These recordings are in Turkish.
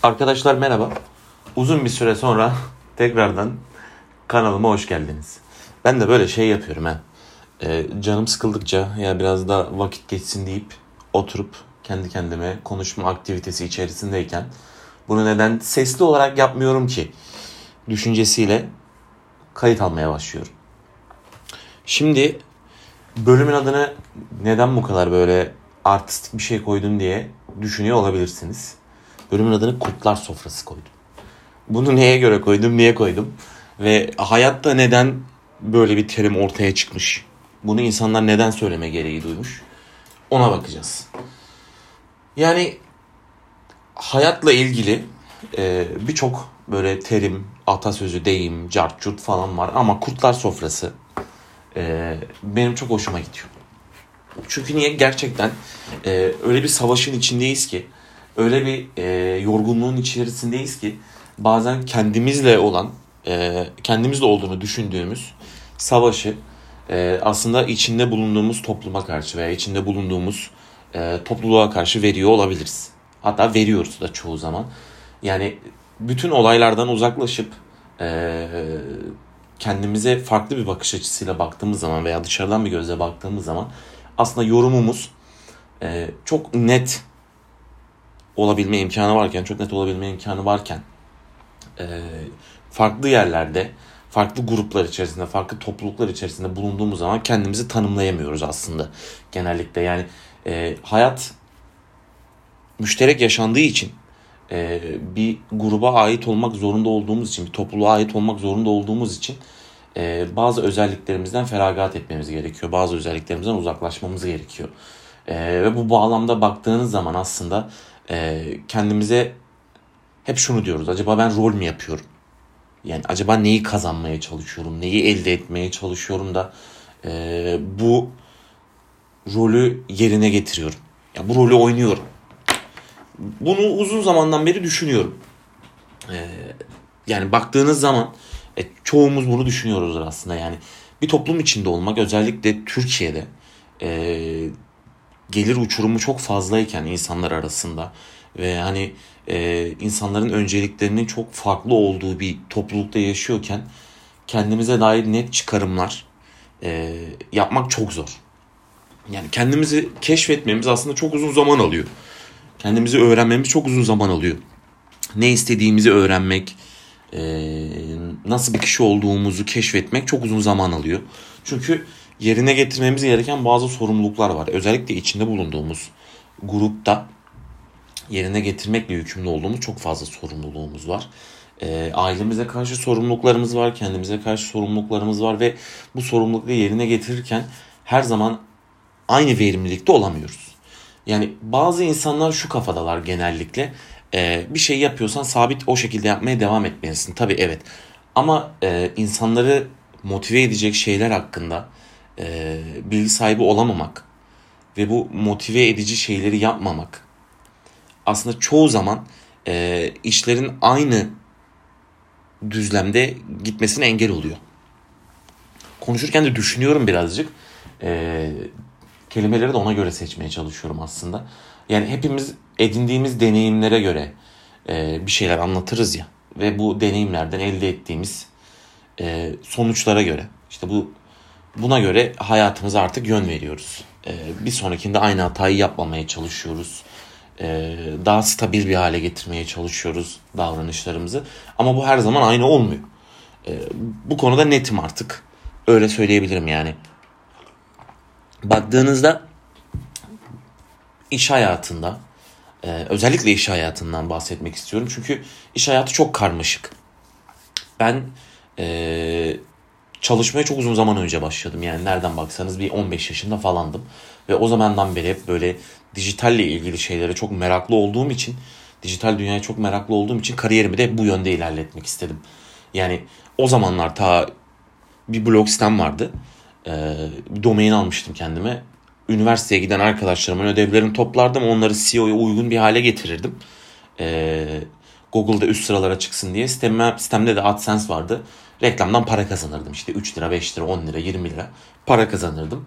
Arkadaşlar merhaba. Uzun bir süre sonra tekrardan kanalıma hoş geldiniz. Ben de böyle şey yapıyorum ha. Canım sıkıldıkça ya biraz da vakit geçsin deyip oturup kendi kendime konuşma aktivitesi içerisindeyken bunu neden sesli olarak yapmıyorum ki düşüncesiyle kayıt almaya başlıyorum. Şimdi bölümün adını neden bu kadar böyle artistik bir şey koydum diye düşünüyor olabilirsiniz. Bölümün adını Kurtlar Sofrası koydum. Bunu neye göre koydum, niye koydum? Ve hayatta neden böyle bir terim ortaya çıkmış? Bunu insanlar neden söyleme gereği duymuş? Ona bakacağız. Yani hayatla ilgili birçok böyle terim, atasözü, deyim, cart curt falan var. Ama Kurtlar Sofrası benim çok hoşuma gidiyor. Çünkü niye? Gerçekten öyle bir savaşın içindeyiz ki, öyle bir yorgunluğun içerisindeyiz ki bazen kendimizle olan, kendimizle olduğunu düşündüğümüz savaşı aslında içinde bulunduğumuz topluma karşı veya içinde bulunduğumuz topluluğa karşı veriyor olabiliriz. Hatta veriyoruz da çoğu zaman. Yani bütün olaylardan uzaklaşıp kendimize farklı bir bakış açısıyla baktığımız zaman veya dışarıdan bir gözle baktığımız zaman aslında yorumumuz çok net olabilme imkanı varken, çok net olabilme imkanı varken farklı yerlerde, farklı gruplar içerisinde, farklı topluluklar içerisinde bulunduğumuz zaman kendimizi tanımlayamıyoruz aslında genellikle. Yani hayat müşterek yaşandığı için, bir gruba ait olmak zorunda olduğumuz için, bir topluluğa ait olmak zorunda olduğumuz için bazı özelliklerimizden feragat etmemiz gerekiyor. Bazı özelliklerimizden uzaklaşmamız gerekiyor. Ve bu bağlamda baktığınız zaman aslında kendimize hep şunu diyoruz. Acaba ben rol mü yapıyorum? Yani acaba neyi kazanmaya çalışıyorum? Neyi elde etmeye çalışıyorum da bu rolü yerine getiriyorum. Ya bu rolü oynuyorum. Bunu uzun zamandan beri düşünüyorum. Yani baktığınız zaman çoğumuz bunu düşünüyoruz aslında. Yani bir toplum içinde olmak, özellikle Türkiye'de gelir uçurumu çok fazlayken insanlar arasında ve hani insanların önceliklerinin çok farklı olduğu bir toplulukta yaşıyorken kendimize dair net çıkarımlar yapmak çok zor. Yani kendimizi keşfetmemiz aslında çok uzun zaman alıyor. Kendimizi öğrenmemiz çok uzun zaman alıyor. Ne istediğimizi öğrenmek, nasıl bir kişi olduğumuzu keşfetmek çok uzun zaman alıyor. Çünkü yerine getirmemiz gereken bazı sorumluluklar var. Özellikle içinde bulunduğumuz grupta yerine getirmekle yükümlü olduğumuz çok fazla sorumluluğumuz var. Ailemize karşı sorumluluklarımız var, kendimize karşı sorumluluklarımız var ve bu sorumlulukları yerine getirirken her zaman aynı verimlilikte olamıyoruz. Yani bazı insanlar şu kafadalar genellikle. Bir şey yapıyorsan sabit o şekilde yapmaya devam etmelisin. Tabii evet. Ama insanları motive edecek şeyler hakkında bilgi sahibi olamamak ve bu motive edici şeyleri yapmamak aslında çoğu zaman işlerin aynı düzlemde gitmesine engel oluyor. Konuşurken de düşünüyorum birazcık. Kelimeleri de ona göre seçmeye çalışıyorum aslında. Yani hepimiz edindiğimiz deneyimlere göre bir şeyler anlatırız ya. Ve bu deneyimlerden elde ettiğimiz sonuçlara göre, işte buna göre hayatımıza artık yön veriyoruz. Bir sonrakinde aynı hatayı yapmamaya çalışıyoruz. Daha stabil bir hale getirmeye çalışıyoruz davranışlarımızı. Ama bu her zaman aynı olmuyor. Bu konuda netim artık. Öyle söyleyebilirim yani. Baktığınızda iş hayatında, özellikle iş hayatından bahsetmek istiyorum. Çünkü iş hayatı çok karmaşık. Ben çalışmaya çok uzun zaman önce başladım. Yani nereden baksanız bir 15 yaşında falandım. Ve o zamandan beri hep böyle dijitalle ilgili şeylere çok meraklı olduğum için, dijital dünyaya çok meraklı olduğum için kariyerimi de bu yönde ilerletmek istedim. Yani o zamanlar bir blog sitem vardı. Bir domain almıştım kendime. Üniversiteye giden arkadaşlarımın ödevlerini toplardım. Onları SEO'ya uygun bir hale getirirdim. Google'da üst sıralara çıksın diye. Sitemde de AdSense vardı. Reklamdan para kazanırdım. İşte 3 lira, 5 lira, 10 lira, 20 lira para kazanırdım.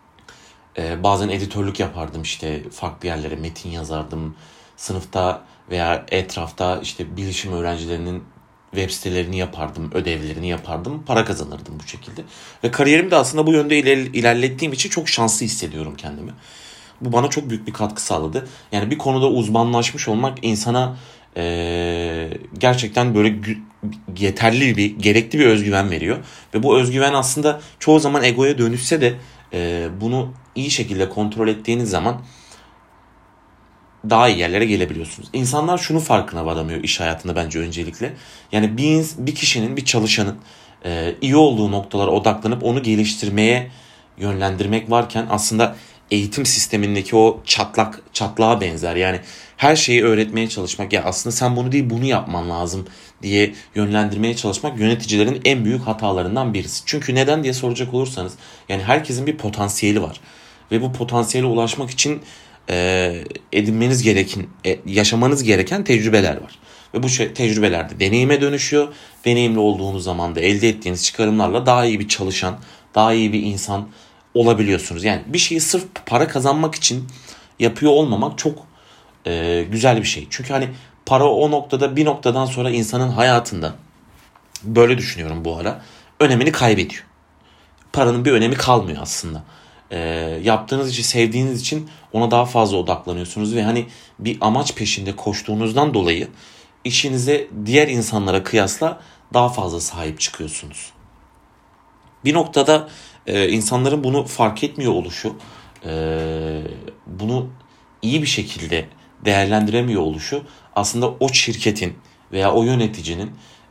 Bazen editörlük yapardım, işte farklı yerlere metin yazardım. Sınıfta veya etrafta işte bilişim öğrencilerinin web sitelerini yapardım, ödevlerini yapardım, para kazanırdım bu şekilde. Ve kariyerimi de aslında bu yönde ilerlettiğim için çok şanslı hissediyorum kendimi. Bu bana çok büyük bir katkı sağladı. Yani bir konuda uzmanlaşmış olmak insana gerçekten böyle yeterli gerekli bir özgüven veriyor. Ve bu özgüven aslında çoğu zaman egoya dönüşse de bunu iyi şekilde kontrol ettiğiniz zaman daha iyi yerlere gelebiliyorsunuz. İnsanlar şunu farkına varamıyor iş hayatında bence öncelikle. Yani bir kişinin, bir çalışanın iyi olduğu noktalara odaklanıp onu geliştirmeye yönlendirmek varken aslında eğitim sistemindeki o çatlağa benzer. Yani her şeyi öğretmeye çalışmak, ya aslında sen bunu değil bunu yapman lazım diye yönlendirmeye çalışmak yöneticilerin en büyük hatalarından birisi. Çünkü neden diye soracak olursanız, yani herkesin bir potansiyeli var ve bu potansiyele ulaşmak için edinmeniz gereken, yaşamanız gereken tecrübeler var. Ve bu tecrübeler de deneyime dönüşüyor. Deneyimli olduğunuz zaman da elde ettiğiniz çıkarımlarla daha iyi bir çalışan, daha iyi bir insan olabiliyorsunuz. Yani bir şeyi sırf para kazanmak için yapıyor olmamak çok güzel bir şey. Çünkü hani para o noktada, bir noktadan sonra insanın hayatında, böyle düşünüyorum bu ara, önemini kaybediyor. Paranın bir önemi kalmıyor aslında. Yaptığınız işi sevdiğiniz için ona daha fazla odaklanıyorsunuz ve hani bir amaç peşinde koştuğunuzdan dolayı işinize diğer insanlara kıyasla daha fazla sahip çıkıyorsunuz. Bir noktada insanların bunu fark etmiyor oluşu, bunu iyi bir şekilde değerlendiremiyor oluşu aslında o şirketin veya o yöneticinin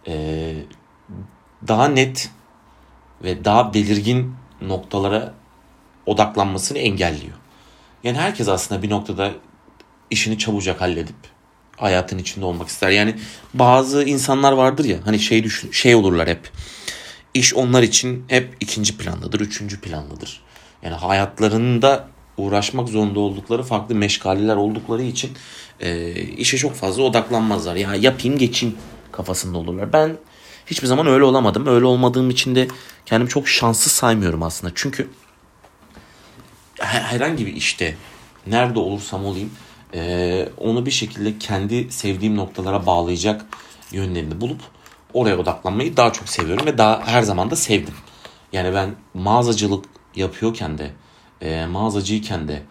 daha net ve daha belirgin noktalara odaklanmasını engelliyor. Yani herkes aslında bir noktada işini çabucak halledip hayatın içinde olmak ister. Yani bazı insanlar vardır ya, hani şey olurlar hep. İş onlar için hep ikinci plandadır, üçüncü plandadır. Yani hayatlarında uğraşmak zorunda oldukları farklı meşgaleler oldukları için işe çok fazla odaklanmazlar. Ya yapayım geçeyim kafasında olurlar. Ben hiçbir zaman öyle olamadım. Öyle olmadığım için de kendimi çok şanslı saymıyorum aslında. Çünkü herhangi bir işte nerede olursam olayım onu bir şekilde kendi sevdiğim noktalara bağlayacak yönlerini bulup oraya odaklanmayı daha çok seviyorum ve daha her zaman da sevdim. Yani ben mağazacılık yapıyorken de mağazacıyken de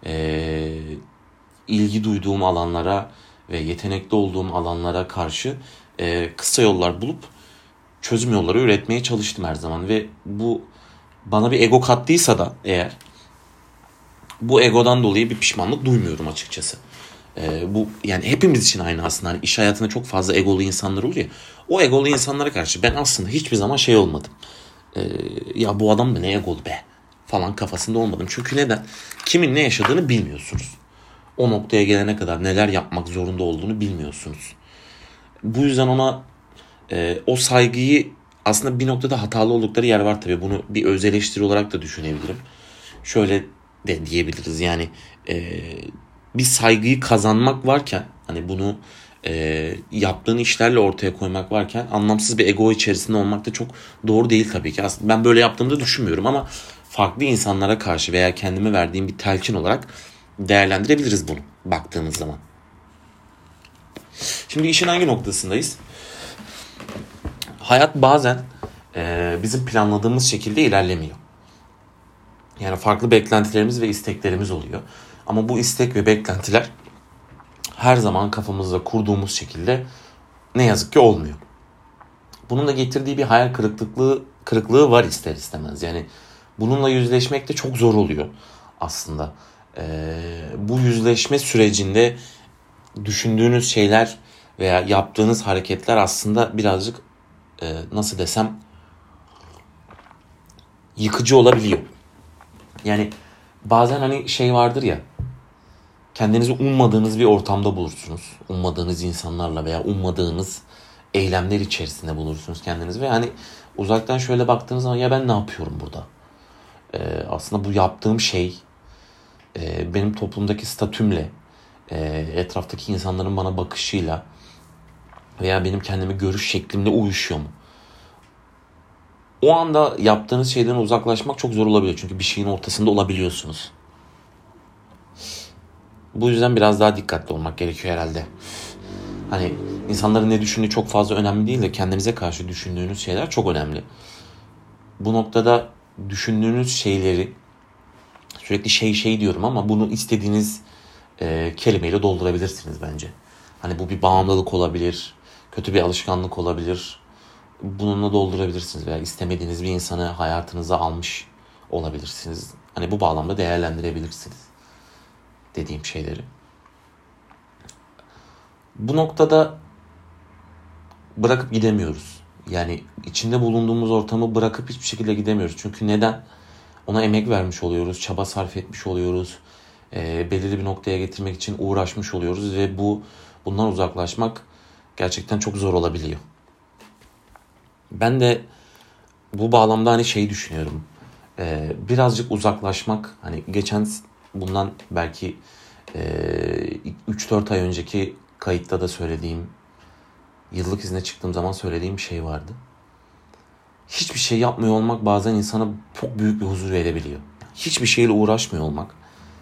ilgi duyduğum alanlara ve yetenekli olduğum alanlara karşı kısa yollar bulup çözüm yolları üretmeye çalıştım her zaman ve bu bana bir ego kattıysa da eğer, bu egodan dolayı bir pişmanlık duymuyorum açıkçası. Bu yani hepimiz için aynı aslında. Hani iş hayatında çok fazla egolu insanlar oluyor ya. O egolu insanlara karşı ben aslında hiçbir zaman şey olmadım. Ya bu adam da ne egolu be falan kafasında olmadım. Çünkü neden? Kimin ne yaşadığını bilmiyorsunuz. O noktaya gelene kadar neler yapmak zorunda olduğunu bilmiyorsunuz. Bu yüzden ona o saygıyı, aslında bir noktada hatalı oldukları yer var tabii. Bunu bir öz eleştiri olarak da düşünebilirim. Şöyle de diyebiliriz yani bir saygıyı kazanmak varken, hani bunu yaptığın işlerle ortaya koymak varken anlamsız bir ego içerisinde olmak da çok doğru değil tabii ki. Aslında ben böyle yaptığımda düşünmüyorum ama farklı insanlara karşı veya kendime verdiğim bir telkin olarak değerlendirebiliriz bunu baktığımız zaman. Şimdi işin hangi noktasındayız? Hayat bazen bizim planladığımız şekilde ilerlemiyor. Yani farklı beklentilerimiz ve isteklerimiz oluyor. Ama bu istek ve beklentiler her zaman kafamızda kurduğumuz şekilde ne yazık ki olmuyor. Bunun da getirdiği bir hayal kırıklığı var ister istemez. Yani bununla yüzleşmek de çok zor oluyor aslında. Bu yüzleşme sürecinde düşündüğünüz şeyler veya yaptığınız hareketler aslında birazcık nasıl desem yıkıcı olabiliyor. Yani bazen hani şey vardır ya, kendinizi ummadığınız bir ortamda bulursunuz. Ummadığınız insanlarla veya ummadığınız eylemler içerisinde bulursunuz kendinizi. Ve hani uzaktan şöyle baktığınız zaman ya ben ne yapıyorum burada? Aslında bu yaptığım şey benim toplumdaki statümle, etraftaki insanların bana bakışıyla veya benim kendimi görüş şeklimle uyuşuyor mu? O anda yaptığınız şeyden uzaklaşmak çok zor olabiliyor. Çünkü bir şeyin ortasında olabiliyorsunuz. Bu yüzden biraz daha dikkatli olmak gerekiyor herhalde. Hani insanların ne düşündüğü çok fazla önemli değil de kendinize karşı düşündüğünüz şeyler çok önemli. Bu noktada düşündüğünüz şeyleri sürekli şey diyorum ama bunu istediğiniz kelimeyle doldurabilirsiniz bence. Hani bu bir bağımlılık olabilir, kötü bir alışkanlık olabilir. Bununla doldurabilirsiniz veya istemediğiniz bir insanı hayatınıza almış olabilirsiniz. Hani bu bağlamda değerlendirebilirsiniz dediğim şeyleri. Bu noktada bırakıp gidemiyoruz. Yani içinde bulunduğumuz ortamı bırakıp hiçbir şekilde gidemiyoruz. Çünkü neden? Ona emek vermiş oluyoruz, çaba sarf etmiş oluyoruz. Belirli bir noktaya getirmek için uğraşmış oluyoruz ve bundan uzaklaşmak gerçekten çok zor olabiliyor. Ben de bu bağlamda hani düşünüyorum. Birazcık uzaklaşmak, hani bundan belki 3-4 ay önceki kayıtta da söylediğim, yıllık izne çıktığım zaman söylediğim şey vardı. Hiçbir şey yapmıyor olmak bazen insana çok büyük bir huzur verebiliyor. Hiçbir şeyle uğraşmıyor olmak.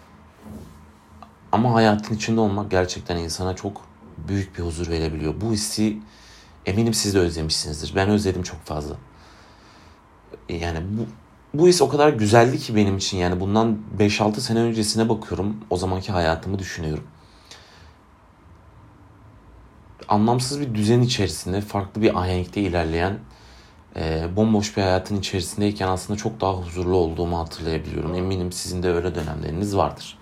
Ama hayatın içinde olmak gerçekten insana çok büyük bir huzur verebiliyor. Bu hissi eminim siz de özlemişsinizdir. Ben özledim çok fazla. Yani bu his o kadar güzeldi ki benim için. Yani bundan 5-6 sene öncesine bakıyorum. O zamanki hayatımı düşünüyorum. Anlamsız bir düzen içerisinde, farklı bir ahenkte ilerleyen, bomboş bir hayatın içerisindeyken aslında çok daha huzurlu olduğumu hatırlayabiliyorum. Eminim sizin de öyle dönemleriniz vardır.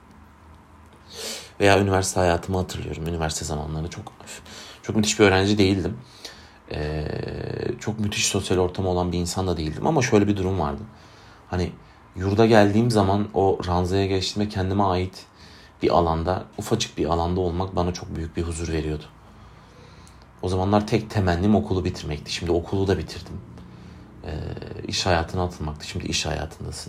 Veya üniversite hayatımı hatırlıyorum. Üniversite zamanlarında çok müthiş bir öğrenci değildim. Çok müthiş sosyal ortamı olan bir insan da değildim. Ama şöyle bir durum vardı. Hani yurda geldiğim zaman o ranzaya geçtiğimde kendime ait bir alanda, ufacık bir alanda olmak bana çok büyük bir huzur veriyordu. O zamanlar tek temennim okulu bitirmekti. Şimdi okulu da bitirdim. İş hayatına atılmaktı. Şimdi iş hayatındasın.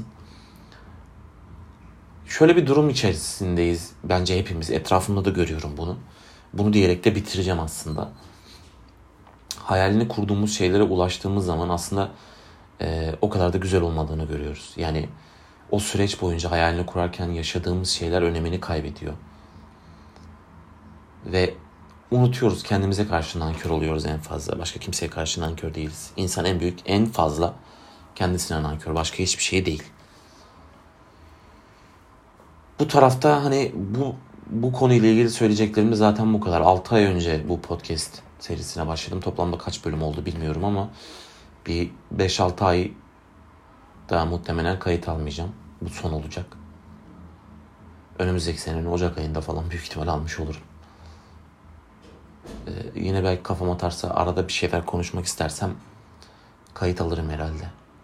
Şöyle bir durum içerisindeyiz bence hepimiz. Etrafımda da görüyorum bunu. Bunu diyerek de bitireceğim aslında. Hayalini kurduğumuz şeylere ulaştığımız zaman aslında o kadar da güzel olmadığını görüyoruz. Yani o süreç boyunca hayalini kurarken yaşadığımız şeyler önemini kaybediyor. Ve unutuyoruz, kendimize karşı nankör oluyoruz en fazla. Başka kimseye karşı nankör değiliz. İnsan en fazla kendisine nankör. Başka hiçbir şey değil. Bu tarafta hani bu konuyla ilgili söyleyeceklerim de zaten bu kadar. 6 ay önce bu podcast serisine başladım. Toplamda kaç bölüm oldu bilmiyorum ama bir 5-6 ay daha muhtemelen kayıt almayacağım. Bu son olacak. Önümüzdeki senenin Ocak ayında falan büyük ihtimal almış olurum. Yine belki kafam atarsa arada bir şeyler konuşmak istersem kayıt alırım herhalde.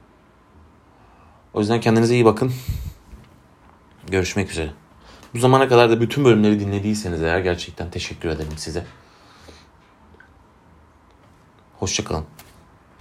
O yüzden kendinize iyi bakın. Görüşmek üzere. Bu zamana kadar da bütün bölümleri dinlediyseniz eğer gerçekten teşekkür ederim size. Hoşça kalın.